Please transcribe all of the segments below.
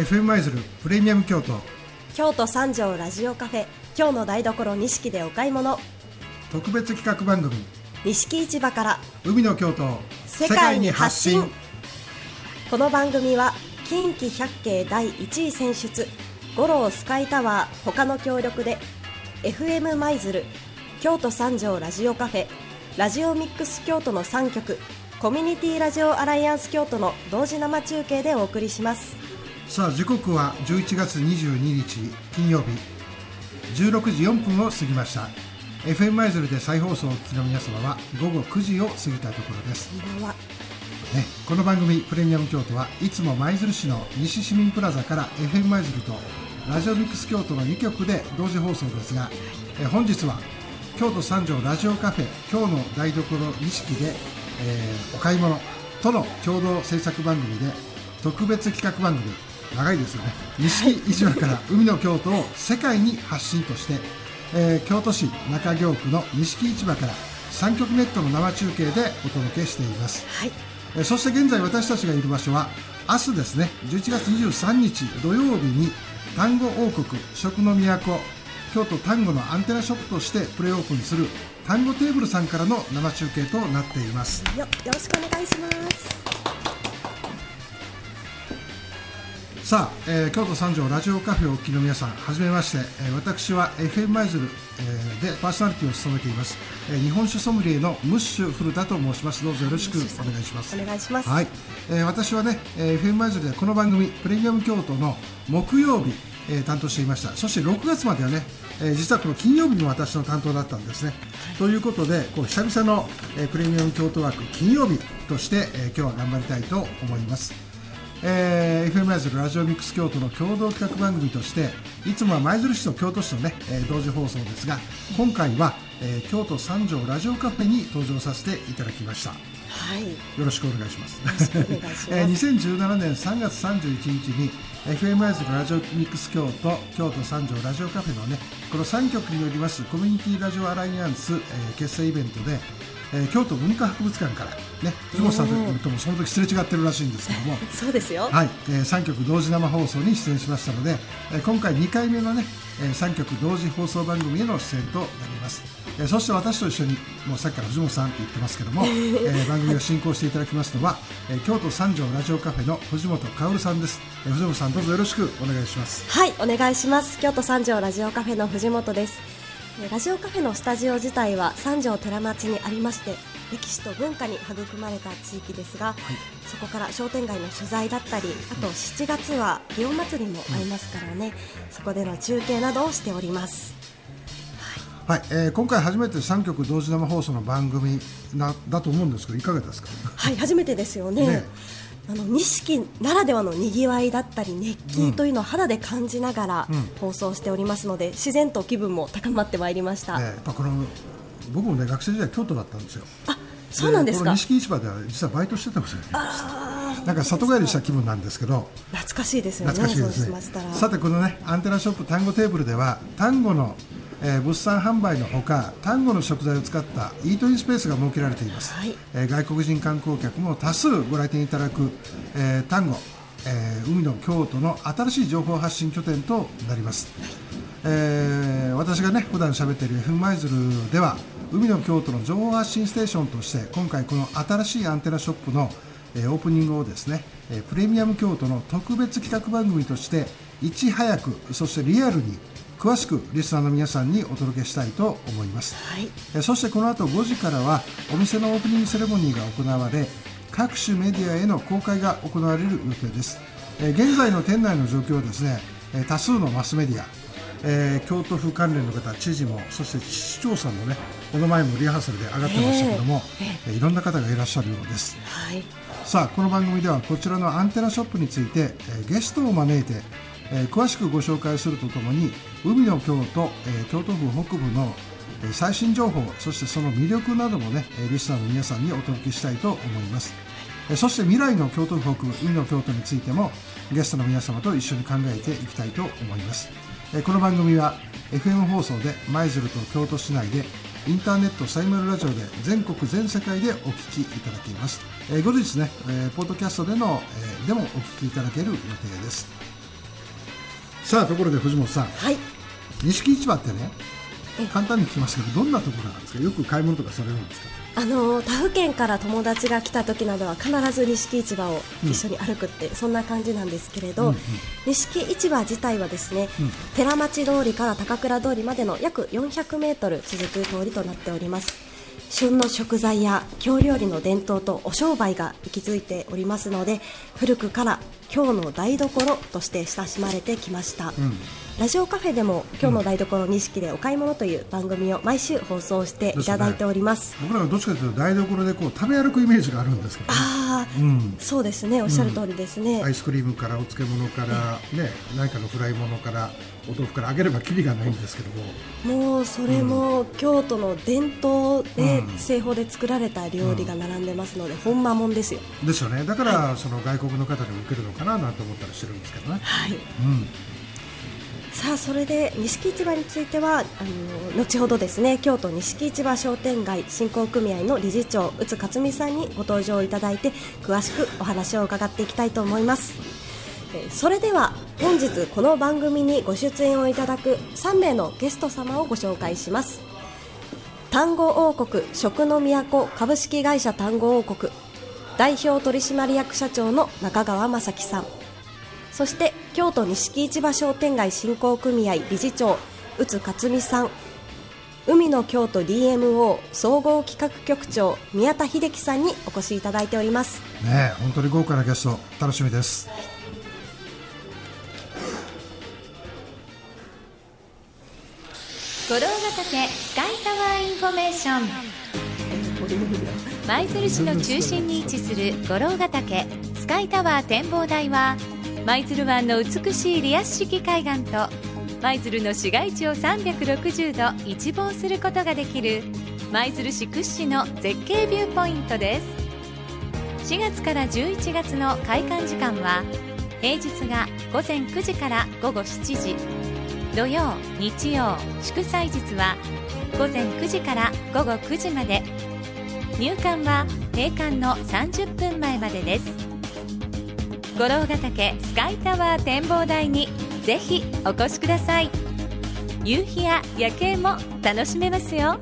FM 舞鶴プレミアム京都、 京都三条ラジオカフェ、今日の台所錦でお買い物、 特別企画番組錦市場から海の京都を世界に発信。この番組は近畿百景第1位選出、五郎スカイタワー他の協力で FM 舞鶴、京都三条ラジオカフェ、ラジオミックス京都の3局、コミュニティラジオアライアンス京都の同時生中継でお送りします。 さあ時刻は11月22日金曜日16時4分を過ぎました。 FM 舞鶴で再放送をお聞きの皆様は午後9時を過ぎたところです。 こんばんは。 この番組プレミアム京都はいつも舞鶴市の西市民プラザから FM 舞鶴とラジオミックス京都の2局で同時放送ですが、本日は京都三条ラジオカフェ今日の台所錦で、お買い物との共同制作番組で特別企画番組、長いですよね、錦市場から海の京都を世界に発信として、京都市中京区の錦市場から3局ネットの生中継でお届けしています。 はい。 そして現在私たちがいる場所は明日ですね、11月23日土曜日に丹後王国食の都京都丹後のアンテナショップとしてプレオープンする丹後テーブルさんからの生中継となっています。 よろしくお願いします。 さあ、京都三条ラジオカフェをお聞きの皆さん、はじめまして、私は FM 舞鶴、でパーソナリティを務めています、日本酒ソムリエのムッシュ古田と申します。どうぞよろしくお願いします。 お願いします。 はい。私はね、FM 舞鶴でこの番組プレミアム京都の木曜日、担当していました。そして6月まではね、実はこの金曜日も私の担当だったんですね。ということでこう久々の、プレミアム京都枠金曜日として、今日は頑張りたいと思います。FM 舞鶴ラジオミックス京都の共同企画番組としていつもは舞鶴市と京都市のね、同時放送ですが、今回は、京都三条ラジオカフェに登場させていただきました。 はい。 よろしくお願いします。 よろしくお願いします。 2017年3月31日に FM 舞鶴ラジオミックス京都、京都三条ラジオカフェのね、この3局によりますコミュニティラジオアライアンス、結成イベントで、京都文化博物館からね、藤本さんともその時すれ違ってるらしいんですけどもそうですよ。 はい、3局同時生放送に出演しましたので、今回2回目のね、3局同時放送番組への出演となります。そして私と一緒にもうさっきから藤本さんって言ってますけども、番組を進行していただきますのは、京都三条ラジオカフェの藤本薫さんです。藤本さんどうぞよろしくお願いします。 はい、お願いします。京都三条ラジオカフェの藤本です。ラジオカフェのスタジオ自体は三条寺町にありまして、歴史と文化に育まれた地域ですが、そこから商店街の取材だったり、あと7月は祇園祭りもありますからね、そこでの中継などをしております。 はい。今回初めて3局同時生放送の番組だと思うんですけど、いかがですか？ はい、初めてですよね。錦ならではのにぎわいだったり熱気というのを肌で感じながら放送しておりますので、自然と気分も高まってまいりました。 やっぱこの僕もね、学生時代京都だったんですよ。 あ、そうなんですか。 この錦市場では実はバイトしてたんですよね。なんか里帰りした気分なんですけど、 懐かしいですよね。 懐かしいですね。 そうしましたら、 さてこのね、アンテナショップ丹後テーブルでは丹後の物産販売のほか、丹後の食材を使ったイートインスペースが設けられています。はい。外国人観光客も多数ご来店いただく、丹後、海の京都の新しい情報発信拠点となります。私がね普段喋っている FM 舞鶴では海の京都の情報発信ステーションとして今回この新しいアンテナショップの、オープニングをですね、プレミアム京都の特別企画番組としていち早く、そしてリアルに詳しくリスナーの皆さんにお届けしたいと思います。はい。そしてこの後5時からはお店のオープニングセレモニーが行われ、各種メディアへの公開が行われる予定です。現在の店内の状況はですね、多数のマスメディア、京都府関連の方、知事も、そして市長さんのねこの前もリハーサルで上がってましたけども、いろんな方がいらっしゃるようです。はい。さあこの番組ではこちらのアンテナショップについて、ゲストを招いて、詳しくご紹介するとともに海の京都、京都府北部の最新情報、そしてその魅力などもねリスナーの皆さんにお届けしたいと思います。そして未来の京都府北部海の京都についてもゲストの皆様と一緒に考えていきたいと思います。この番組は FM 放送で舞鶴と京都市内で、インターネットサイマルラジオで全国全世界でお聞きいただけます。後日ね、ポッドキャストでもお聞きいただける予定です。 さあところで藤本さん、 はい、 錦市場ってね、簡単に聞きますけどどんなところなんですか？よく買い物とかされるんですか？ 他府県から友達が来た時などは必ず錦市場を一緒に歩くって、そんな感じなんですけれど、錦市場自体はですね、寺町通りから高倉通りまでの約400メートル続く通りとなっております。旬の食材や京料理の伝統とお商売が息づいておりますので、古くから京の台所として親しまれてきました。ラジオカフェでも今日の台所錦でお買い物という番組を毎週放送していただいております。 僕らはどっちかというと台所でこう食べ歩くイメージがあるんですけど、ね、そうですね、 おっしゃる通りですね。 アイスクリームからお漬物から、何かのフライ物からお豆腐から揚げればきりがないんですけどもうそれも京都の伝統で製法で作られた料理が並んでますので、ほんまもんですよ。 ですよね。だから、その外国の方にも受けるのかななんて思ったりしてるんですけどね。 はい、さあそれで錦市場については後ほどですね、京都錦市場商店街振興組合の理事長宇津克美さんにご登場いただいて詳しくお話を伺っていきたいと思います。それでは本日この番組にご出演をいただく3名のゲスト様をご紹介します。丹後王国食の都株式会社丹後王国代表取締役社長の中川正樹さん、そして京都錦市場商店街振興組合理事長宇津克美さん、海の京都 DMO 総合企画局長宮田秀樹さんにお越しいただいております。 ね、本当に豪華なゲスト楽しみです。 五郎ヶ岳スカイタワーインフォメーション。舞鶴市の中心に位置する五郎ヶ岳スカイタワー展望台は、舞鶴湾の美しいリアス式海岸と舞鶴の市街地を360度一望することができる舞鶴市屈指の絶景ビューポイントです。4月から11月の開館時間は、平日が午前9時から午後7時、土曜日曜祝祭日は午前9時から午後9時まで、入館は閉館の30分前までです。五郎ヶ岳スカイタワー展望台にぜひお越しください。夕日や夜景も楽しめますよ。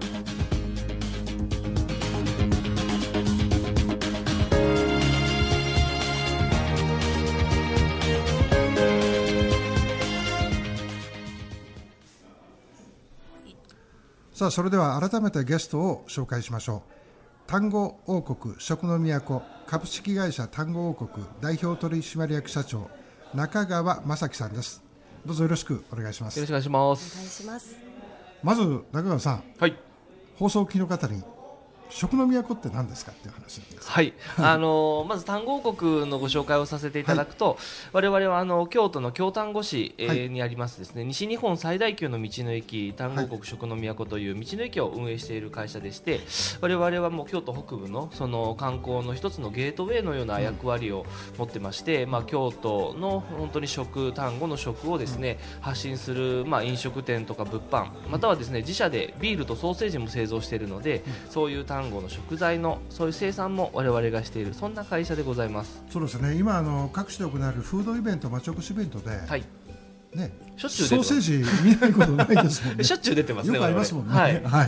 さあそれでは改めてゲストを紹介しましょう。丹後王国食の都株式会社丹後王国代表取締役社長中川正樹さんです。どうぞよろしくお願いします。 よろしくお願いします。 お願いします。 まず中川さん、 はい、 放送を聞きの方に食の都って何ですかっていう話なんです。 はい、まず丹後王国のご紹介をさせていただくと、我々は京都の京丹後市、にありますですね、西日本最大級の道の駅丹後王国食の都という道の駅を運営している会社でして、我々はもう京都北部のその観光の一つのゲートウェイのような役割を持ってまして、京都の本当に丹後の食をですね、発信する、飲食店とか物販、またはですね自社でビールとソーセージも製造しているので、そういう丹後の食材のそういう生産も我々がしている、そんな会社でございます。 そうですね、今各地で行われるフードイベント、町おこしイベントで、ね、 しょっちゅう出てます。 ソーセージ見ないことないですもんね。 しょっちゅう出てますね。 よくありますもんね。はい、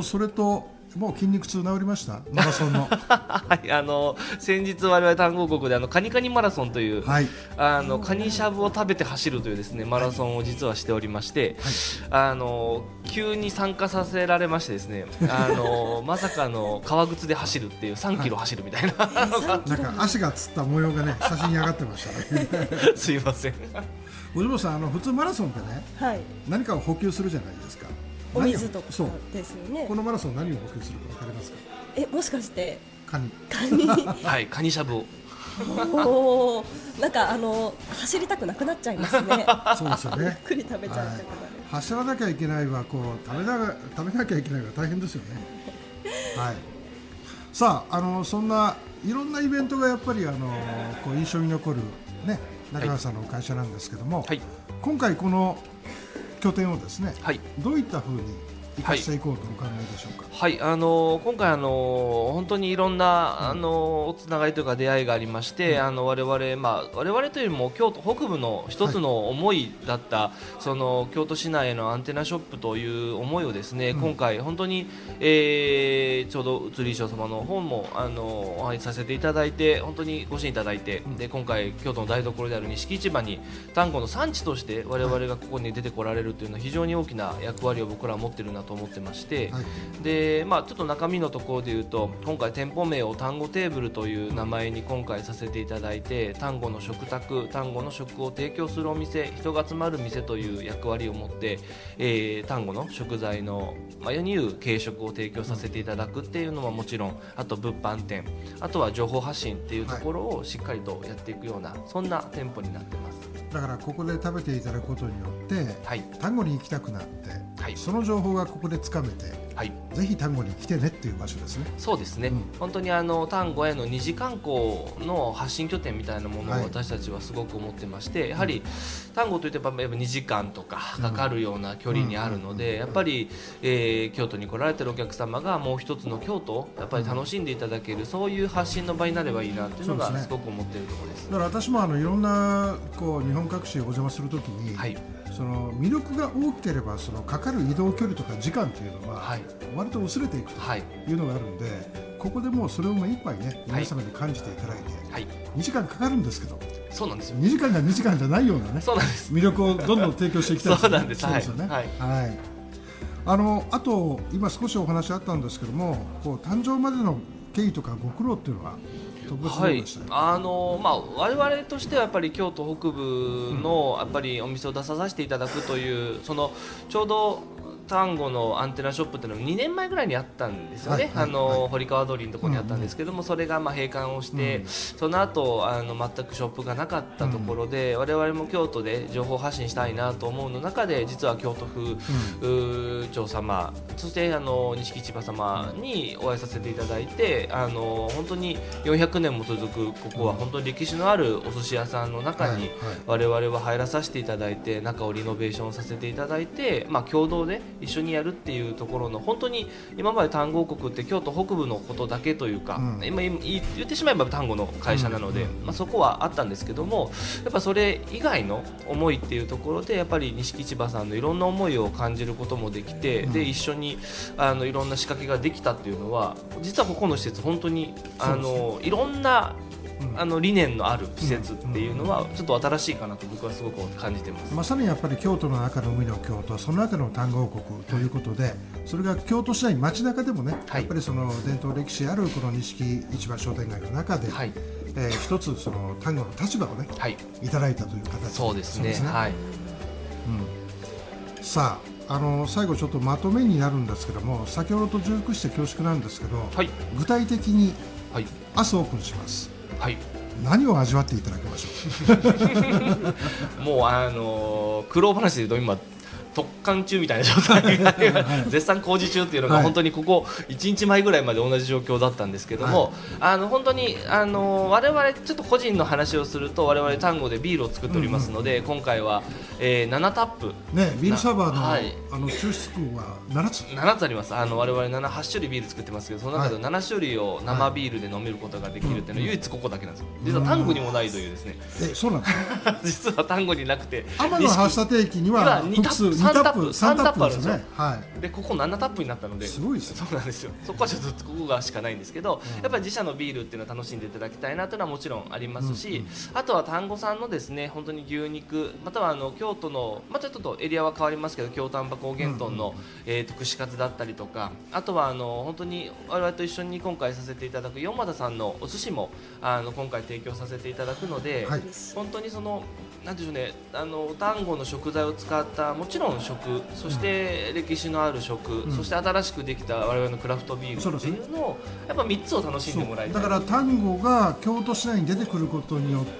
それともう筋肉痛治りました？マラソンのはい、先日我々丹後王国でカニカニマラソンという、カニしゃぶを食べて走るというですねマラソンを実はしておりまして、急に参加させられましてですね、まさかの革靴で走るっていう3キロ走るみたいな、 なんか足がつった模様がね写真に上がってましたね。 すいません。 藤本さん、普通マラソンってね、何かを補給するじゃないですか。 お水とかですよね。 このマラソン何を補給するか分かりますか？ もしかしてカニはい、カニしゃぶをおなんか走りたくなくなっちゃいますね。 そうですよね。 ゆっくり食べちゃいたくなる。 走らなきゃいけないはこう食べなきゃいけないは大変ですよね。はい。さあそんないろんなイベントがやっぱりこう印象に残るね中川さんの会社なんですけども、今回この拠点をですね、どういった風に生かしていこうとお考えでしょうか。 はい、今回本当にいろんなおつながりというか出会いがありまして、我々というよりも京都北部の一つの思いだった、その京都市内へのアンテナショップという思いをですね、今回本当に、ちょうど移り衣装様の方もお会いさせていただいて、本当にご支援いただいて、で今回京都の台所である錦市場に丹後の産地として我々がここに出てこられるというのは非常に大きな役割を僕らは持っているなと思ってまして、でちょっと中身のところでいうと、今回店舗名を丹後テーブルという名前に今回させていただいて、丹後の食卓、丹後の食を提供するお店、人が集まる店という役割を持って、丹後の食材の世に言う軽食を提供させていただくっていうのはもちろん、あと物販店、あとは情報発信っていうところをしっかりとやっていくような、そんな店舗になってます。 だからここで食べていただくことによって、丹後に行きたくなって、その情報がここでつかめて、ぜひ丹後に来てねっていう場所ですね。 そうですね、本当に丹後への二次観光の発信拠点みたいなものを私たちはすごく思ってまして、やはり丹後といってば2時間とかかかるような距離にあるので、やっぱり、京都に来られてるお客様がもう一つの京都をやっぱり楽しんでいただける、そういう発信の場になればいいなっていうのがすごく思っているところです。 だから私もいろんな日本各地へお邪魔するときに、その魅力が大きければそのかかる移動距離とか時間というのは割と薄れていくというのがあるので、ここでもうそれを目いっぱいね、皆様に感じていただいて、2時間かかるんですけど、 そうなんですよ、 2時間が2時間じゃないようなね、 そうなんです、 魅力をどんどん提供していきたいですね。 そうなんです、 そうですよね。あと今少しお話あったんですけども、誕生までの経緯とかご苦労っていうのは我々としてはやっぱり京都北部のやっぱりお店を出させていただくという、そのちょうど丹後のアンテナショップっていうのが2年前ぐらいにあったんですよね、堀川通りのところにあったんですけども、それが閉館をして、その後全くショップがなかったところで、我々も京都で情報発信したいなと思うの中で、実は京都府庁様、そして錦市場様にお会いさせていただいて、本当に400年も続くここは本当に歴史のあるお寿司屋さんの中に我々は入らさせていただいて、中をリノベーションさせていただいて、共同で一緒にやるっていうところの、本当に今まで丹後王国って京都北部のことだけというか、今言ってしまえば丹後の会社なので、そこはあったんですけども、やっぱそれ以外の思いっていうところで、やっぱり錦市場さんのいろんな思いを感じることもできて、で一緒にいろんな仕掛けができたっていうのは、実はここの施設本当にいろんな理念のある施設っていうのはちょっと新しいかなと僕はすごく感じています。 まさにやっぱり京都の中の海の京都、その中の丹後王国ということで、それが京都市内街中でもね、やっぱりその伝統歴史あるこの錦市場商店街の中で、一つその丹後の立場をね、いただいたという形。 そうですね。 さあ最後ちょっとまとめになるんですけども、先ほどと重複して恐縮なんですけど、具体的に明日オープンします。何を味わっていただきましょう。もう苦労話で言うと今特貫中みたいな状態が絶賛工事中っていうのが本当にここ1日前ぐらいまで同じ状況だったんですけども、本当に我々ちょっと個人の話をすると、我々丹後でビールを作っておりますので、今回は7タップね、ビールサーバーの抽出口は7つあります。我々8種類ビール作ってますけど、その中で7種類を生ビールで飲めることができるっていうのは唯一ここだけなんですよ。実は丹後にもないというですね。 そうなんです実は丹後になくて、 天の発射定期には3タップあるんですよ。 でここ7タップになったので、 すごいですね。 そうなんですよ。そこはちょっとここがしかないんですけど、やっぱり自社のビールっていうのは楽しんでいただきたいなというのはもちろんありますし、あとは丹後産のですね、本当に牛肉、または京都のちょっとエリアは変わりますけど、京丹波高原豚の串カツだったりとか、あとは本当に我々と一緒に今回させていただく四俣さんのお寿司も今回提供させていただくので、本当にそのなんていうんでしょうね、丹後の食材を使ったもちろん食、そして歴史のある食、そして新しくできた我々のクラフトビールっていうのをやっぱ3つを楽しんでもらいたい。 だから丹後が京都市内に出てくることによって、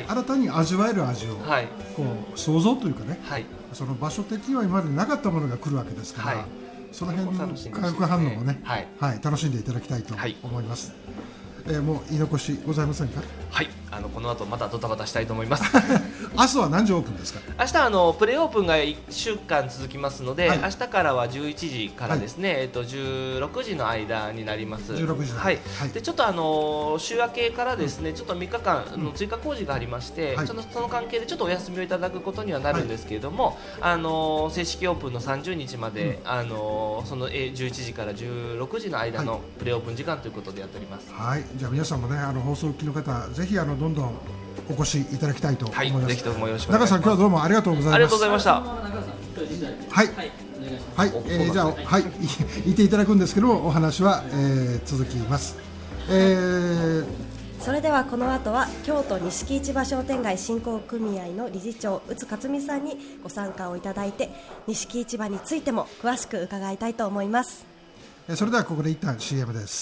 新たに味わえる味を、こう想像というかね、その場所的には今までなかったものが来るわけですから、その辺の化学反応をね、楽しんでいただきたいと思います。 もう言い残しございませんか？ はい、この後またドタバタしたいと思います明日は何時オープンですか？ 明日プレオープンが1週間続きますので、 はい、 明日からは11時からですね、はい、16時の間になります。 16時、 はいはい、でちょっと週明けからですね、ちょっと3日間の追加工事がありまして、はい、その関係でちょっとお休みをいただくことにはなるんですけれども、はい、正式オープンの30日まで、その11時から16時の間のプレオープン時間ということでやっております。 はい、じゃあ皆さんもね、放送機の方ぜひどんどんお越しいただきたいと思います。 はい、ぜひともよろしくお願いします。 中さん、今日はどうもありがとうございます。 ありがとうございました。 はい、はい、じゃあ、はい、言っていただくんですけども、お話は、続きます。 それではこの後は京都錦市場商店街振興組合の理事長宇津克美さんにご参加をいただいて、錦市場についても詳しく伺いたいと思います。 それではここで一旦 CM です。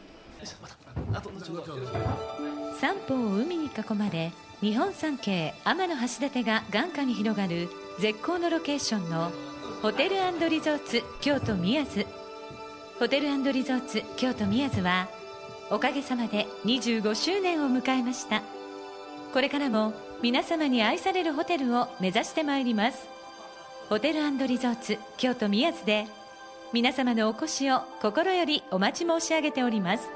三方を海に囲まれ、日本三景天橋立が眼下に広がる絶好のロケーションのホテル&リゾーツ京都宮津。ホテル&リゾーツ京都宮津はおかげさまで25周年を迎えました。これからも皆様に愛されるホテルを目指してまいります。ホテル&リゾーツ京都宮津で皆様のお越しを心よりお待ち申し上げております。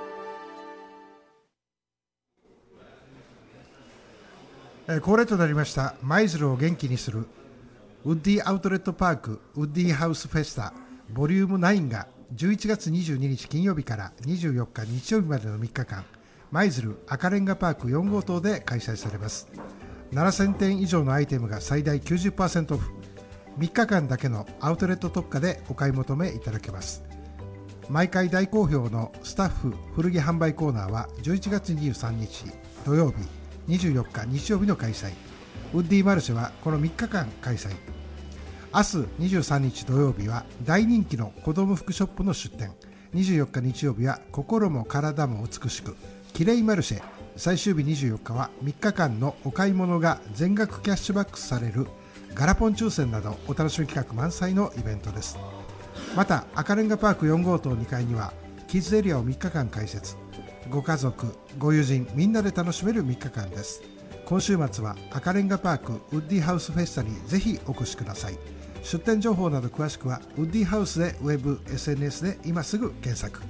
恒例となりました舞鶴を元気にするウッディアウトレットパークウッディハウスフェスタボリューム9が11月22日金曜日から24日日曜日までの3日間、舞鶴赤レンガパーク4号棟で開催されます。7000点以上のアイテムが最大 90% オフ、3日間だけのアウトレット特価でお買い求めいただけます。毎回大好評のスタッフ古着販売コーナーは11月23日土曜日、24日日曜日の開催。ウッディマルシェはこの3日間開催。明日23日土曜日は大人気の子ども服ショップの出店。24日日曜日は心も体も美しくきれいマルシェ。最終日24日は3日間のお買い物が全額キャッシュバックされるガラポン抽選などお楽しみ企画満載のイベントです。また赤レンガパーク4号棟2階にはキッズエリアを3日間開設。ご家族ご友人みんなで楽しめる3日間です。今週末は赤レンガパークウッディハウスフェスタにぜひお越しください。出店情報など詳しくはウッディハウスでウェブ SNS で今すぐ検索。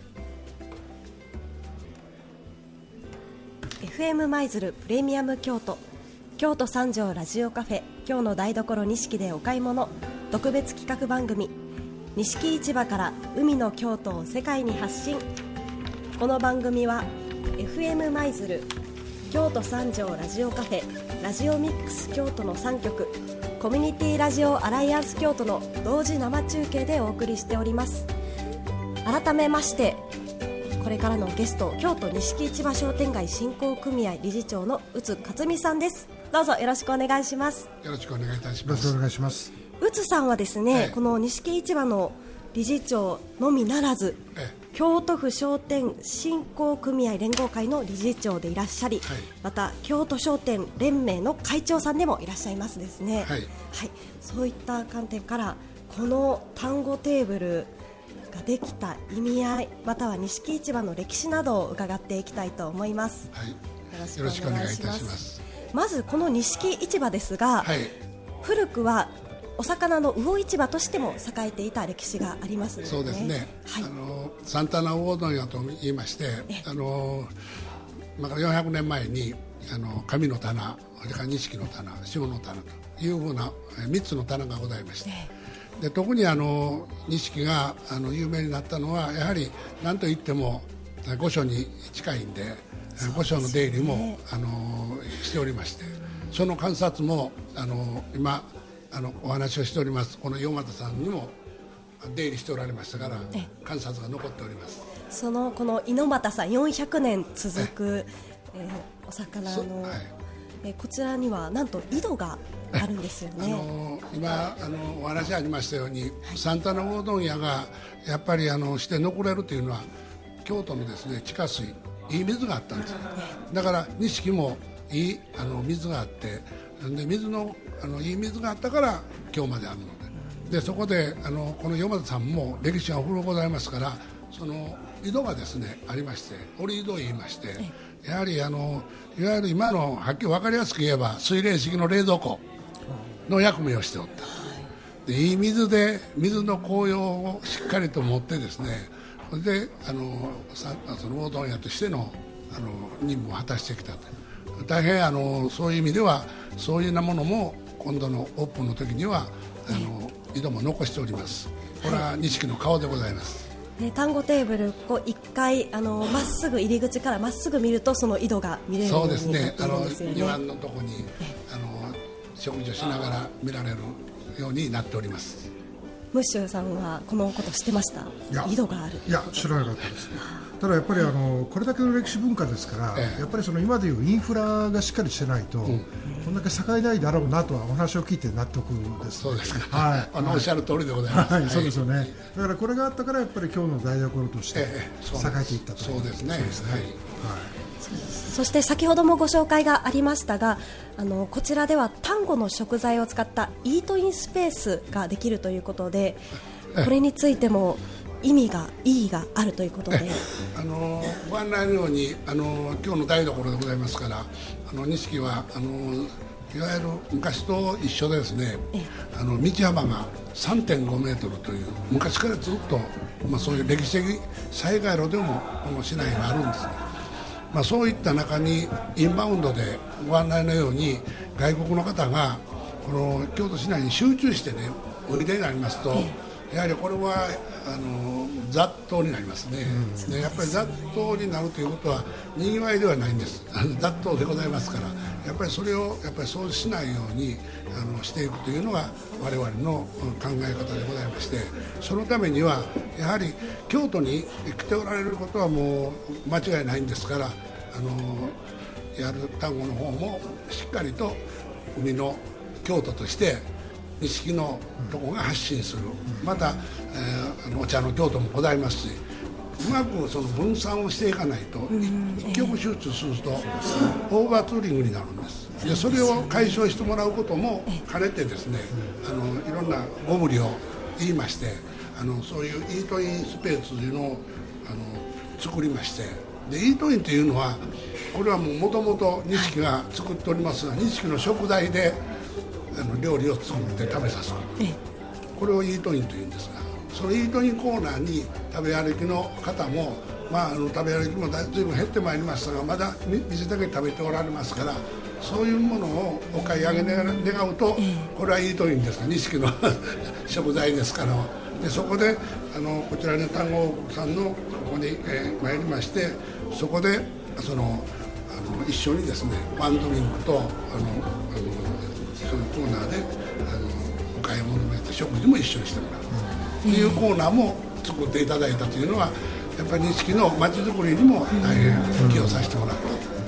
FM 舞鶴プレミアム京都京都三条ラジオカフェ今日の台所錦でお買い物特別企画番組、錦市場から海の京都を世界に発信。この番組は FM 舞鶴、京都三条ラジオカフェ、ラジオミックス京都の3局、コミュニティラジオアライアンス京都の同時生中継でお送りしております。改めましてこれからのゲスト、京都錦市場商店街振興組合理事長の宇津克美さんです。どうぞよろしくお願いします。 よろしくお願いいたします。 よろしくお願いします。 宇津さんはですね、はい、この錦市場の理事長のみならず、京都府商店振興組合連合会の理事長でいらっしゃり、はい、また京都商店連盟の会長さんでもいらっしゃいますですね。はい、はい、そういった観点からこの単語テーブルができた意味合い、または錦市場の歴史などを伺っていきたいと思います。はい、よろしくお願いします。まずこの錦市場ですが、はい、古くはお魚の魚市場としても栄えていた歴史がありますよね。 そうですね、はい、サンタナ魚問屋と言いまして、今から400年前に上の棚、それから錦の棚、下の棚というふうな3つの棚がございまして、で特に錦が有名になったのはやはり何といっても御所に近いんで、御所の出入りもしておりまして、その観察も今お話をしておりますこの与又さんにも出入りしておられましたから観察が残っております。 この猪俣さん400年続く、お魚の、はい、こちらにはなんと井戸があるんですよね。 今お話ありましたように、はい、サンタナ魚問屋がやっぱりして残れるというのは京都のですね地下水、いい水があったんですよ。だから錦もいい水があって、で水のいい水があったから今日まであるので、そこでこの与又さんも歴史が古くございますから、その井戸がですねありまして、折井戸を言いまして、やはりいわゆる今のはっきり分かりやすく言えば水冷式の冷蔵庫の役目をしておった。でいい水で水の効用をしっかりと持ってですね、でその大問屋としての任務を果たしてきたと。大変そういう意味ではそういうようなものも今度のオープンの時には井戸も残しております。これは錦の顔でございます。 単語テーブル、ここ1階まっすぐ入り口からまっすぐ見るとその井戸が見れるようになっているんですよね。 そうですね、庭のとこに食事をしながら見られるようになっております。 ムッシュさんはこのこと知ってました？井戸がある。 いや、知らなかったですね。ただやっぱりこれだけの歴史文化ですから、やっぱり今でいうインフラがしっかりしてないと、こんだけ栄えないだろうなとはお話を聞いて納得です。 そうですか。はい。おっしゃる通りでございます。 はい、そうですよね。だからこれがあったからやっぱり今日の台所として栄えていったと。 そうですね。はい。 そして先ほどもご紹介がありましたが、こちらでは丹後の食材を使ったイートインスペースができるということで、これについても意義があるということで、 ご案内のように今日の台所でございますから、錦はいわゆる昔と一緒でですね、道幅が 3.5 メートルという昔からずっと、そういう歴史的災害路でもこの市内があるんですね。そういった中にインバウンドでご案内のように外国の方がこの京都市内に集中してねおいでになりますと、やはりこれは雑踏になりますね。でやっぱり雑踏になるということはにぎわいではないんです。雑踏でございますから、やっぱりそれをそうしないようにしていくというのが我々の考え方でございまして、そのためにはやはり京都に来ておられることはもう間違いないんですから、やる丹後の方もしっかりと海の京都として錦のとこが発信する、また、お茶の京都もございますし、うまくその分散をしていかないと、一極集中するとオーバーツーリングになるんです。でそれを解消してもらうことも兼ねてですね、いろんなご無理を言いまして、そういうイートインスペースというのを作りまして、でイートインというのはこれはもともと錦が作っておりますが、錦の食材で料理を作って食べさせる、これをイートインというんですが、そのイートインコーナーに食べ歩きの方も、食べ歩きも随分減ってまいりましたが、まだ店だけ食べておられますから、そういうものをお買い上げ願うと、これはイートインですが錦の食材ですから、でそこでこちらの丹後さんのここに、参りまして、そこで一緒にですねワンドリンクとそういうコーナーでお買い物もやって食事も一緒にしてもらうというコーナーも作っていただいたというのは、やっぱり錦の街づくりにも大変寄与させてもらった。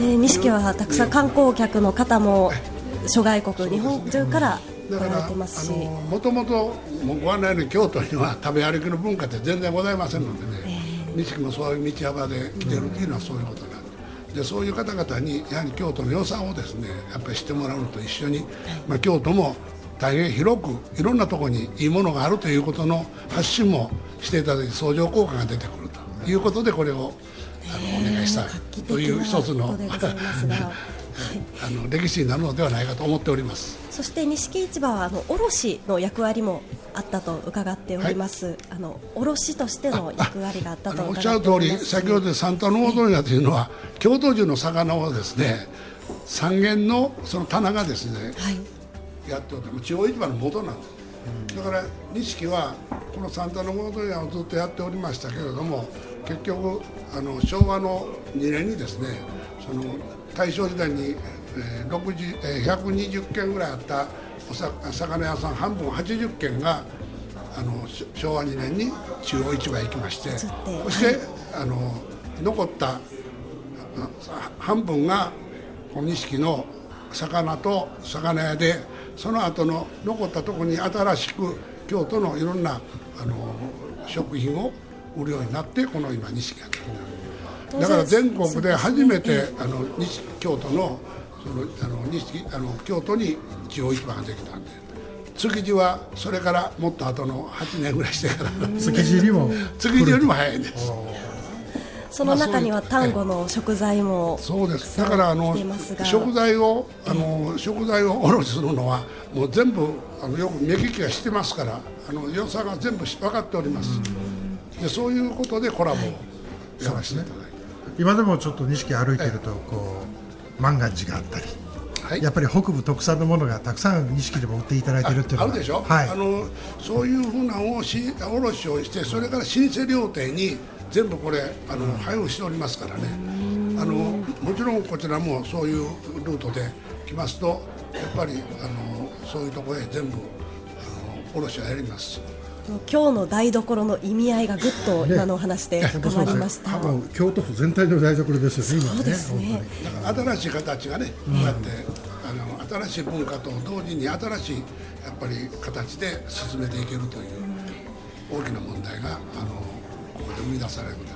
錦はたくさん観光客の方も諸外国日本中から来られてますし、 もともとご案内の京都には食べ歩きの文化って全然ございませんのでね、錦もそういう道幅で来てるというのはそういうことなんで、そういう方々にやはり京都の良さをですねやっぱり知ってもらうのと一緒に、京都も大変広くいろんなところにいいものがあるということの発信もしていただき、相乗効果が出てくるということで、これをお願いしたいという一つの歴史になるのではないかと思っております。 そして錦市場は卸の役割もあったと伺っております、卸としての役割があったと伺っております。 おっしゃる通り、先ほどサンタの大問屋というのは京都中の魚をですね、三軒のその棚がですね、やっておって中央市場の元なんです。だから錦はこのサンタの大問屋をずっとやっておりましたけれども、結局昭和の2年にですね、その大正時代に120軒ぐらいあった魚屋さん半分80軒が昭和2年に中央市場へ行きまして、そして残った半分がこの錦の魚と魚屋で、その後の残ったところに新しく京都のいろんな食品を売るようになって、この今錦がある。だから全国で初めて京都の京都に中央市場ができたんで、築地はそれからもっと後の8年ぐらいしてから築地よりも早いんです。 その中には丹後の食材もそうです。だから食材をおろしするのはもう全部よく目利きはしてますから、良さが全部分かっております。でそういうことでコラボをやらせていただいて、 今でもちょっと錦歩いてるとこう万願寺があったり、はい、やっぱり北部特産のものがたくさん錦でも売っていただいているっていうのがあるでしょ、はい、そういうふうなおろしをして、それから老舗料亭に全部これ配布しておりますからね。もちろんこちらもそういうルートで来ますと、やっぱりそういうところへ全部おろしはやります。 今日の台所の意味合いがぐっと今のお話で深まりました。 京都府全体の台所ですよね。 そうですね。 だから新しい形がね、こうやって新しい文化と同時に新しいやっぱり形で進めていけるという大きな問題がここで生み出されるんだった。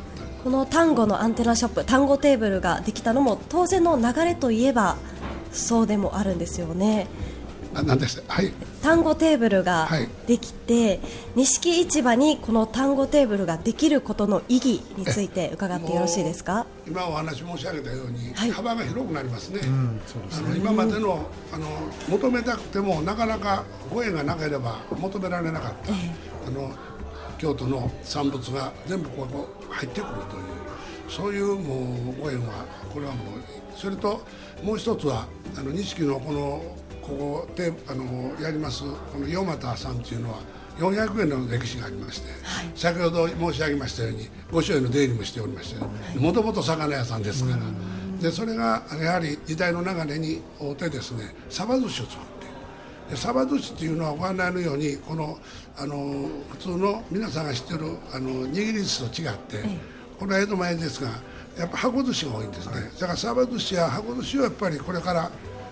この丹後のアンテナショップ、丹後テーブルができたのも当然の流れといえばそうでもあるんですよね。 なんです、はい、 丹後テーブルができて、錦市場にこの丹後テーブルができることの意義について伺ってよろしいですか。 今お話申し上げたように、はい、幅が広くなりますね。今までの求めたくてもなかなかご縁がなければ求められなかった、京都の産物が全部ここ入ってくるという、そういうもうご縁はこれはもう。それともう一つは錦のここでやりますこの与又さんというのは400年の歴史がありまして、はい、先ほど申し上げましたように御所への出入りもしておりまして、もともと魚屋さんですから、でそれがやはり時代の流れに応じてですね、サバ寿司を作って、サバ寿司というのはご案内のように普通の皆さんが知っている握り寿司と違って、これは江戸前ですがやっぱ箱寿司が多いんですね。だからサバ寿司や箱寿司をやっぱりこれから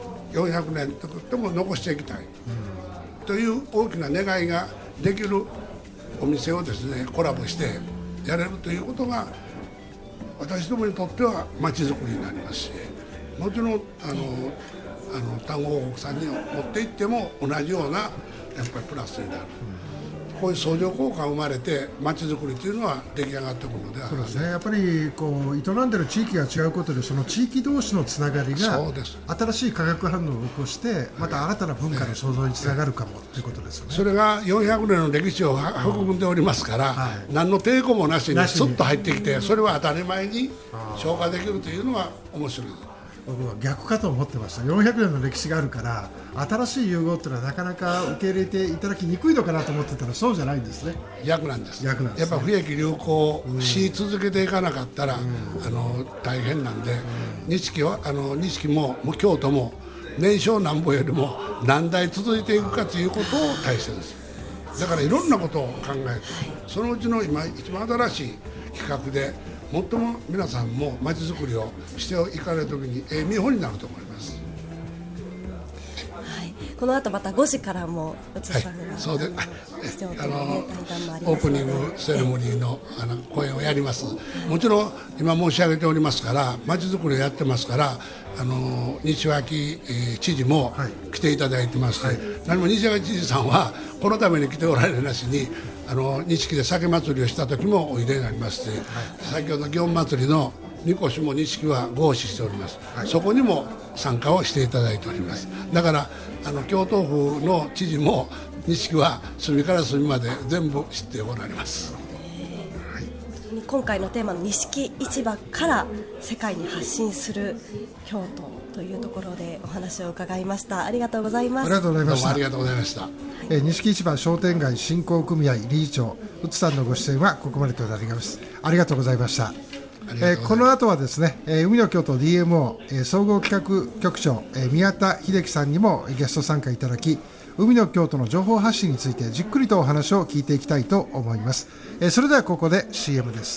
400年でも残していきたい、という大きな願いができるお店をですねコラボしてやれるということが私どもにとっては街づくりになりますし、もちろん丹後王国さんに持って行っても同じようなやっぱりプラスになる、こういう相乗効果が生まれて街づくりというのは出来上がってくるのでは。 そうですね。やっぱりこう営んでる地域が違うことで、その地域同士のつながりが新しい化学反応を起こして、また新たな文化の創造につながるかもということですよね。 それが400年の歴史を育んでおりますから、何の抵抗もなしにスッと入ってきて、それは当たり前に消化できるというのは面白いです。 僕は逆かと思ってました。400年の歴史があるから新しい融合っていうのはなかなか受け入れていただきにくいのかなと思ってたら、そうじゃないんですね。 逆なんです。 逆なんです、 ね、やっぱ不易流行し続けていかなかったら、大変なんで、錦も京都も年少なんぼよりも何代続いていくかということを大切です。だからいろんなことを考えて、そのうちの今一番新しい企画で最も皆さんもまちづくりをしていかれるときに見本になると思います。 はい、この後また5時からも内田さんが、 そうでオープニングセレモニーの講演をやります。もちろん今申し上げておりますから、まちづくりをやってますから、西脇、知事も来ていただいてます、何も西脇知事さんはこのために来ておられるなしに錦で酒祭りをした時もおいでになりまして、先ほど祇園祭りのみこしも錦は合祀しております、そこにも参加をしていただいております。だから京都府の知事も錦は隅から隅まで全部知っておられます。 今回のテーマの錦市場から世界に発信する京都というところでお話を伺いました。ありがとうございます。 ありがとうございました。 どうもありがとうございました。 錦市場商店街振興組合理事長内さんのご出演はここまでとなります。ありがとうございました。この後はですね、海の京都 DMO、総合企画局長、宮田秀樹さんにもゲスト参加いただき、海の京都の情報発信についてじっくりとお話を聞いていきたいと思います。それではここで CM です。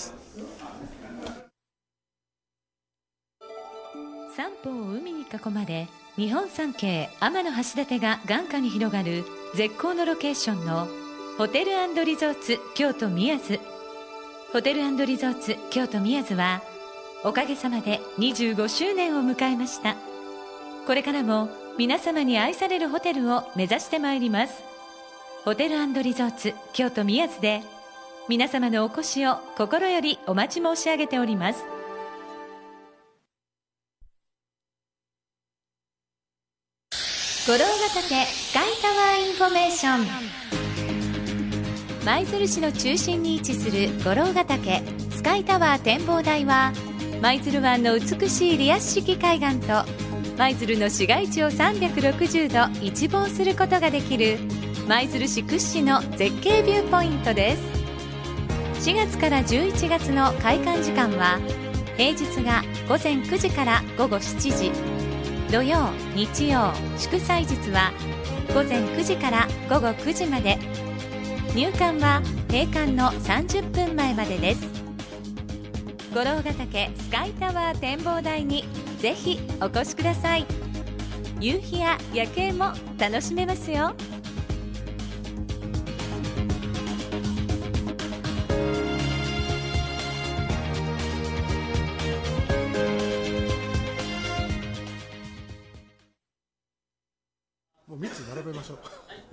三方を海に囲まれ、日本三景天橋立が眼下に広がる絶好のロケーションのホテル&リゾーツ京都宮津。ホテル&リゾーツ京都宮津はおかげさまで25周年を迎えました。これからも皆様に愛されるホテルを目指してまいります。ホテル&リゾーツ京都宮津で皆様のお越しを心よりお待ち申し上げております。五郎ヶ岳スカイタワーインフォメーション。舞鶴市の中心に位置する五郎ヶ岳スカイタワー展望台は、舞鶴湾の美しいリアス式海岸と舞鶴の市街地を360度一望することができる舞鶴市屈指の絶景ビューポイントです。4月から11月の開館時間は、平日が午前9時から午後7時、土曜、日曜、祝祭日は午前9時から午後9時まで。入館は閉館の30分前までです。五郎ヶ岳スカイタワー展望台にぜひお越しください。夕日や夜景も楽しめますよ。 もう3つ並べましょう。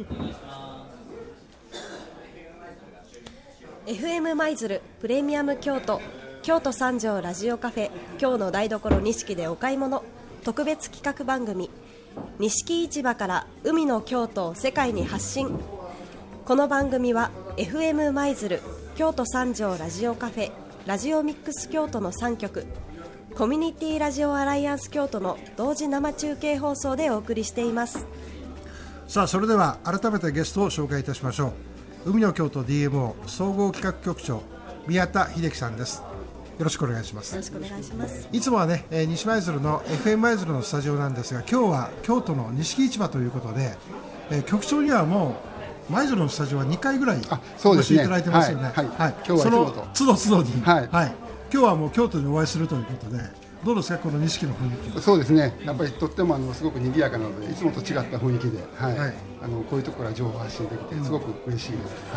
FM 舞鶴プレミアム京都、京都三条ラジオカフェ、今日の台所錦でお買い物特別企画番組、錦市場から海の京都を世界に発信。この番組は FM 舞鶴、京都三条ラジオカフェ、ラジオミックス京都の3局、コミュニティラジオアライアンス京都の同時生中継放送でお送りしています。 さあ、それでは改めてゲストを紹介いたしましょう。海の京都 DMO 総合企画局長、宮田秀樹さんです。よろしくお願いします。 よろしくお願いします。 いつもはね、西舞鶴の FM 舞鶴のスタジオなんですが、今日は京都の錦市場ということで、局長にはもう舞鶴のスタジオは2回ぐらいお越しいただいてますよね。 はいはい、今日はその都度都度に、 はいはい、今日はもう京都でお会いするということで、どうですか、この錦の雰囲気。 そうですね、やっぱりとってもすごく賑やかなので、いつもと違った雰囲気で、はいはい、こういうところから情報発信できてすごく嬉しいです。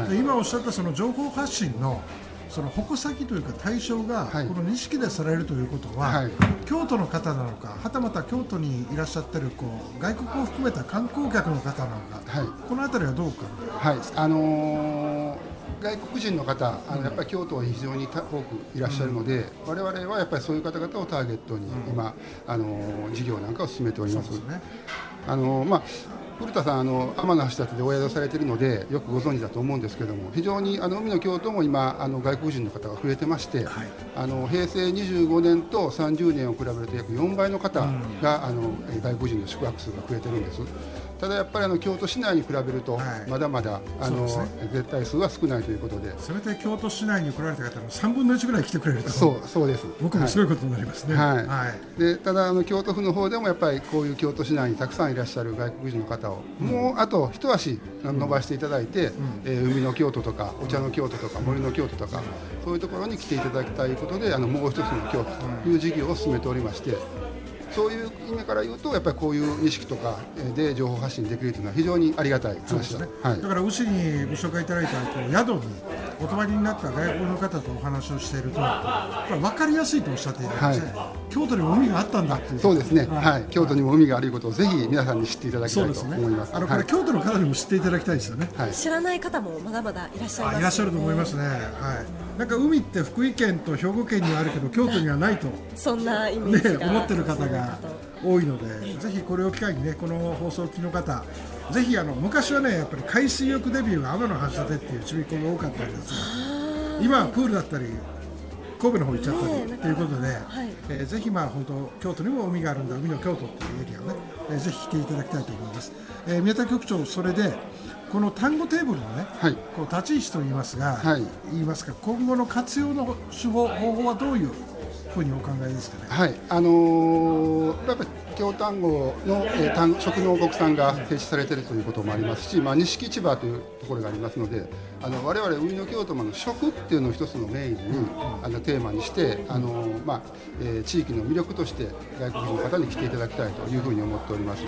はい、 今おっしゃったその情報発信のその矛先というか対象がこの錦でされるということは、はい、京都の方なのか、はたまた京都にいらっしゃってる外国を含めた観光客の方なのか、はい、このあたりはどうか。 はい、外国人の方、やっぱり京都は非常に多くいらっしゃるので、我々はやっぱりそういう方々をターゲットに今、事業なんかを進めております。そうですね。古田さん、天橋立でお宿されているのでよくご存知だと思うんですけども、非常に海の京都も今外国人の方が増えてまして、はい、平成25年と30年を比べると約4倍の方が、外国人の宿泊数が増えてるんです。ただやっぱり京都市内に比べると、まだまだ絶対数は少ないということで、 せめて京都市内に来られた方の3分の1ぐらい来てくれると、 そうです。 僕もすごいことになりますね。 はいはい、でただ京都府の方でもやっぱりこういう京都市内にたくさんいらっしゃる外国人の方を、もうあと一足伸ばしていただいて、海の京都とかお茶の京都とか森の京都とか、そういうところに来ていただきたいことで、もう一つの京都という事業を進めておりまして、そういう意味から言うと、やっぱりこういう錦とかで情報発信できるというのは非常にありがたい話だ。そうですね。はい、だから牛にご紹介いただいた宿にお泊まりになった外国の方とお話をしていると、分かりやすいとおっしゃっていたんですね。はい、京都にも海があったんだっていう。 そうですね。はい。京都にも海があることをぜひ皆さんに知っていただきたいと思います。 これ京都の方にも知っていただきたいですよね。 はい、知らない方もまだまだいらっしゃいます、ね。 いらっしゃると思いますね。はい。なんか海って福井県と兵庫県にはあるけど京都にはないとそんなイメージが、 思ってる方が多いので、ぜひこれを機会にね、この放送を聞きの方、ぜひ昔はね、やっぱり海水浴デビューが天橋立っていうちびっ子が多かったんですが、今はプールだったり神戸の方行っちゃったりということで、ぜひ本当京都にも海があるんだ、海の京都っていうエリアをね、ぜひ来ていただきたいと思います。宮田局長、それでこの単語テーブルのね、はい、立ち位置といいますが、今後の活用の方法はどういうふうにお考えですかね。 はい、やっぱり京単語の、食農国産が設置されているということもありますし、錦市場というところがありますので、我々海の京都の食っていうのを一つのメインに、テーマにして、地域の魅力として外国人の方に来ていただきたいというふうに思っております。はい、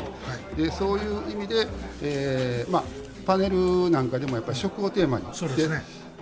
でそういう意味で、パネルなんかでもやっぱり食をテーマにして、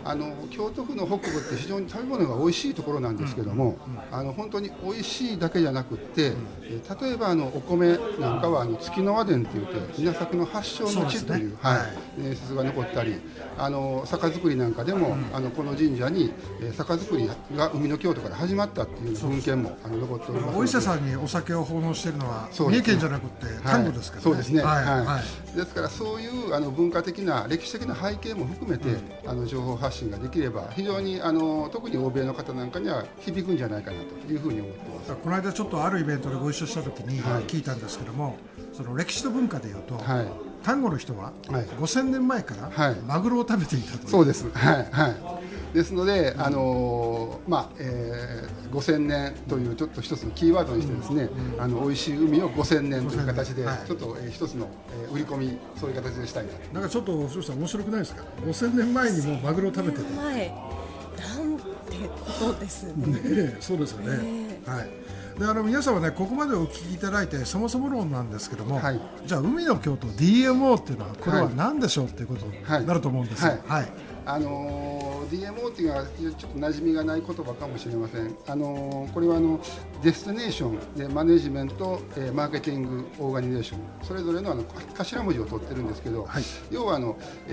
京都府の北部って非常に食べ物が美味しいところなんですけども、本当に美味しいだけじゃなくって、例えばお米なんかは月の和田っていうて稲作の発祥の地という伝説が残ったり、酒造りなんかでも、この神社に酒造りが海の京都から始まったっていう文献も残っております。 お医者さんにお酒を奉納しているのは三重県じゃなくて丹後ですからね。 そうですね。ですからそういう文化的な歴史的な背景も含めて、情報発信ができれば非常に特に欧米の方なんかには響くんじゃないかなというふうに思ってます。 この間ちょっとあるイベントでご一緒した時に聞いたんですけども、その歴史と文化でいうと、丹後の人は5000年前からマグロを食べていたという。 そうです。ですので、5000年というちょっと一つのキーワードにしてですね、美味しい海を5000年という形で、ちょっと一つの売り込み、そういう形でしたいな。 なんかちょっと藤さん面白くないですか。5000年前にもうマグロを食べてて、 なんてことですね。 そうですよね。で皆さんはね、ここまでお聞きいただいてそもそも論なんですけども、じゃあ海の京都 DMO っていうのはこれは何でしょうっていうことになると思うんですよ。 DMO っていうのはちょっと馴染みがない言葉かもしれません。これはデスティネーションでマネジメント、マーケティング、オーガニゼーション、それぞれの頭文字を取ってるんですけど、要は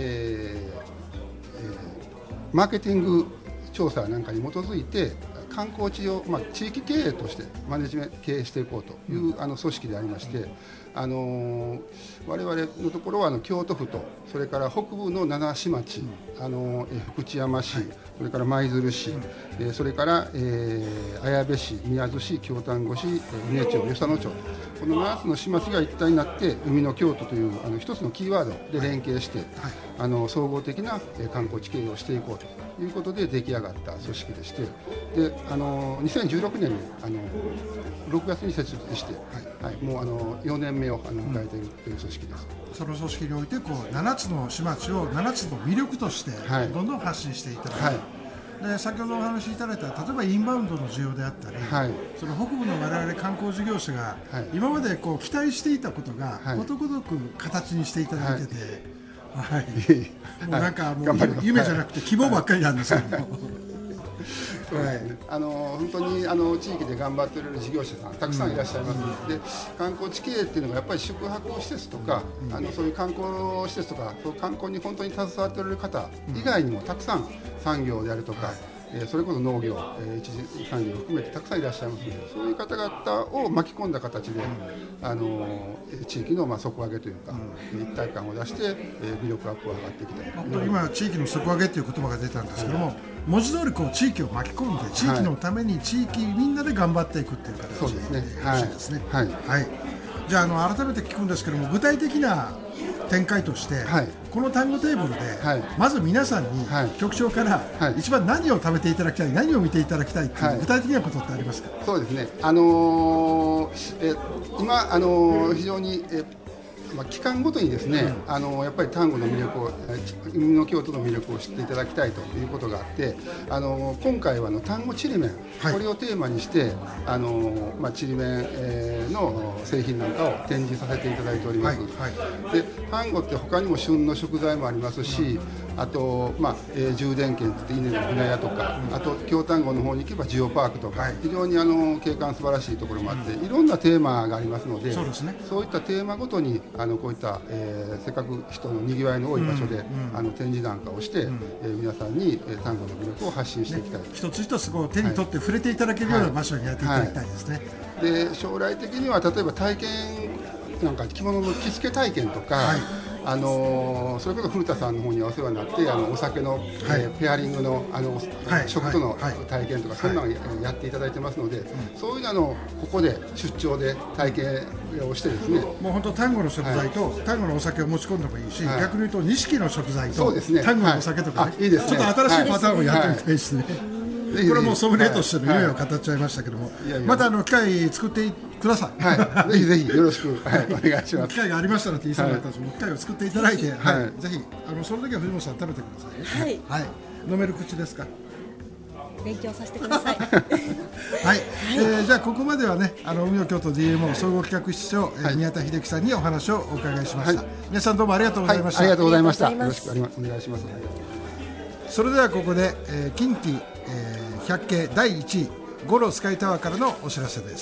マーケティング調査なんかに基づいて観光地を、地域経営としてマネジメント経営していこうという組織でありまして、我々のところは京都府とそれから北部の7市町、福知山市、それから舞鶴市、それから綾部市、宮津市、京丹後市、伊根町、与謝野町、この7つの市町が一体になって海の京都という一つのキーワードで連携して、総合的な観光地経営をしていこうということで出来上がった組織でして、で2016年に6月に設立して、もう4年目を迎えているという組織です。 その組織において7つの市町を7つの魅力としてどんどん発信していただく、で先ほどお話しいただいた例えばインバウンドの需要であったり、その北部の我々観光事業者が今まで期待していたことがことごとく形にしていただいてて、もうなんかもう夢じゃなくて希望ばっかりなんですけども。 本当に地域で頑張っている事業者さんたくさんいらっしゃいます。で観光地経営っていうのがやっぱり宿泊施設とか、そういう観光施設とか、そう観光に本当に携わっておられる方以外にもたくさん産業であるとか、それこそ農業、一次産業を含めてたくさんいらっしゃいますので、そういう方々を巻き込んだ形で、地域の底上げというか、一体感を出して、魅力アップを上がっていきたい。 本当に今地域の底上げという言葉が出たんですけども、文字通り地域を巻き込んで地域のために地域みんなで頑張っていくっていう形でよろしいですね。じゃあ改めて聞くんですけども、具体的な展開として、この単語テーブルで、まず皆さんに、局長から、一番何を食べていただきたい、何を見ていただきたいという具体的なことってありますか。 そうですね、今非常に期間ごとにですね、やっぱり丹後の魅力を、海の京都の魅力を知っていただきたいということがあって、今回は丹後ちりめん、これをテーマにしてちりめん、の製品なんかを展示させていただいております。で丹後って他にも旬の食材もありますし、あと、充電圏って稲の船屋とか、あと京丹後の方に行けばジオパークとか、非常に景観素晴らしいところもあって、いろんなテーマがありますので、そういったテーマごとにこういった、せっかく人のにぎわいの多い場所で、展示なんかをして、皆さんに丹後の魅力を発信していきたい、 一つ一つ手に取って触れていただけるような場所にやっていただきたいですね。 で将来的には例えば体験なんか着物の着付け体験とか、それこそ古田さんの方にお世話になってお酒の、ペアリングの食との体験とか、そんなのやっていただいてますので、そういうのをここで出張で体験をしてですね、 もう本当丹後の食材と丹後のお酒を持ち込んでもいいし、逆に言うと錦の食材と丹後のお酒とかね、ちょっと新しいパターンをやってみたいですね。これはもうソムリエとしての夢を語っちゃいましたけども、また機会作ってください。 ぜひぜひよろしくお願いします。 機会がありましたらって言いそうになったんですけど、機会を作っていただいて、ぜひその時は藤本さん食べてください。飲める口ですか。 勉強させてください。 じゃあここまではね、海の京都 DMO 総合企画室長、宮田秀樹さんにお話をお伺いしました。皆さんどうもありがとうございました。 ありがとうございました。よろしくお願いします。 それではここで、近畿、百景第1位五郎スカイタワーからのお知らせです。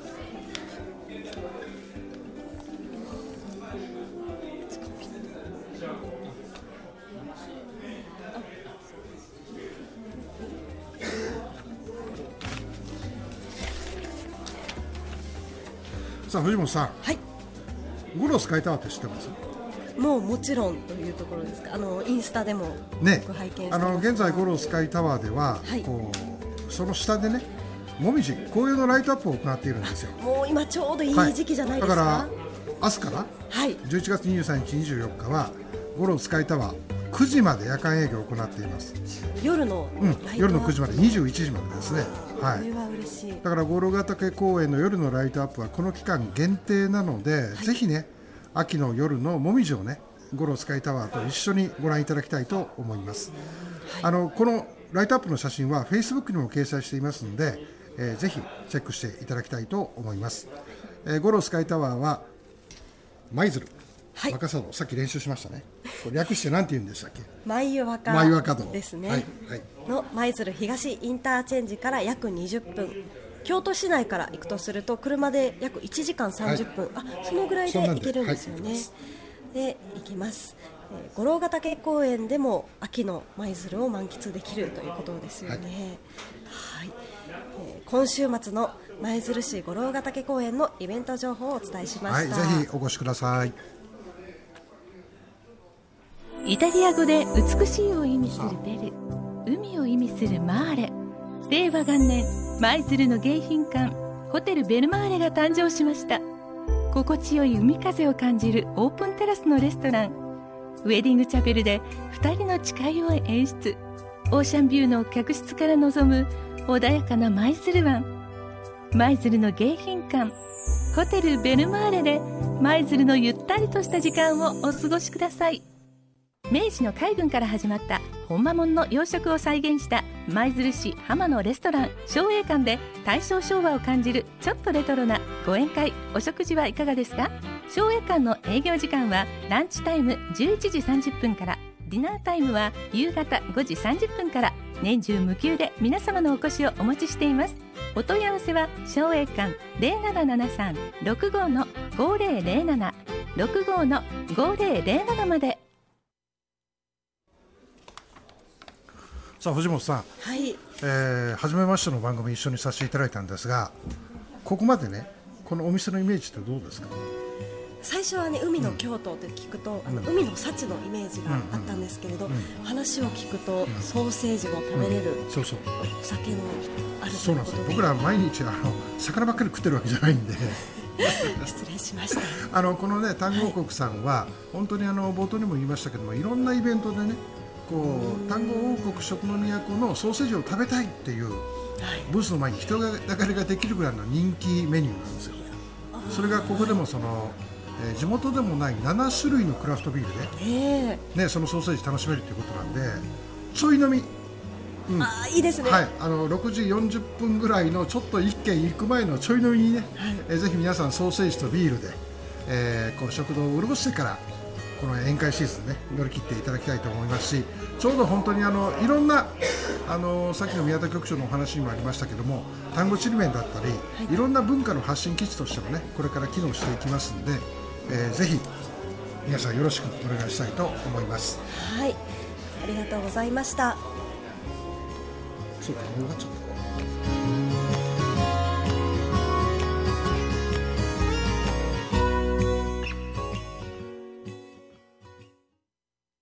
さあ藤本さん、 はい、 五郎スカイタワーって知ってます？ もちろんというところですか。インスタでもよく拝見してます。 現在五郎スカイタワーでは、はい、こうその下でね、もみじ紅葉のライトアップを行っているんですよ。 もう今ちょうどいい時期じゃないですか。 だから明日から、はい、11月23日24日は五郎スカイタワー9時まで夜間営業を行っています。 夜の夜の9時まで21時までですね。はい、 これは嬉しい。 だから五郎ヶ岳公園の夜のライトアップはこの期間限定なので、はい、ぜひね秋の夜のもみじをね五郎スカイタワーと一緒にご覧いただきたいと思います。はい、このライトアップの写真は Facebook にも掲載していますので、ぜひチェックしていただきたいと思います。五郎スカイタワーは舞鶴、はい、若狭道、さっき練習しましたね。これ略して何て言うんでしたっけ？ 舞若道ですね。はいはい、の舞鶴東インターチェンジから約20分。京都市内から行くとすると車で約1時間30分、はい、そのぐらいで行けるんですよね。で行きます。五郎ヶ岳公園でも秋の舞鶴を満喫できるということですよね。はいはい、今週末の舞鶴市五郎ヶ岳公園のイベント情報をお伝えしました。 はい、ぜひお越しください。 イタリア語で美しいを意味するベル、海を意味するマーレ。令和元年、舞鶴の迎賓館ホテルベルマーレが誕生しました。心地よい海風を感じるオープンテラスのレストラン、ウェディングチャペルで2人の誓いを演出。オーシャンビューの客室から望む穏やかな舞鶴湾。舞鶴の迎賓館ホテルベルマーレで舞鶴のゆったりとした時間をお過ごしください。明治の海軍から始まった本間門の養殖を再現した舞鶴市浜のレストラン松栄館で大正昭和を感じるちょっとレトロなご宴会お食事はいかがですか？松栄館の営業時間はランチタイム11時30分から、ディナータイムは夕方5時30分から、年中無休で皆様のお越しをお待ちしています。お問い合わせは松栄館 0773-65-5007 65-5007 まで。 さあ藤本さん、 はい、 初めましての番組一緒にさせていただいたんですが、ここまでねこのお店のイメージってどうですか？ 最初はね海の京都って聞くと、海の幸のイメージがあったんですけれど、話を聞くと、ソーセージも食べれる、 そうそう、 お酒のあるとそうなんですよ。僕ら毎日魚ばっかり食ってるわけじゃないんで失礼しました。 このね丹後王国さんは、本当に冒頭にも言いましたけども、いろんなイベントでね丹後王国食の都のソーセージを食べたいっていうブースの前に人だかりができるぐらいの人気メニューなんですよ。それがここでも地元でもない7種類のクラフトビールで、ね、そのソーセージ楽しめるということなんで、ちょい飲み、 いいですね。 はい、6時40分ぐらいのちょっと一軒行く前のちょい飲みにね、ぜひ皆さんソーセージとビールで、食堂を潤してからこの宴会シーズンね乗り切っていただきたいと思いますし、ちょうど本当にいろんなさっきの宮田局長のお話にもありましたけども、丹後ちりめんだったり、いろんな文化の発信基地としてもねこれから機能していきますので、ぜひ皆さんよろしくお願いしたいと思います。 はい、ありがとうございました。 そうか、終わっちゃった。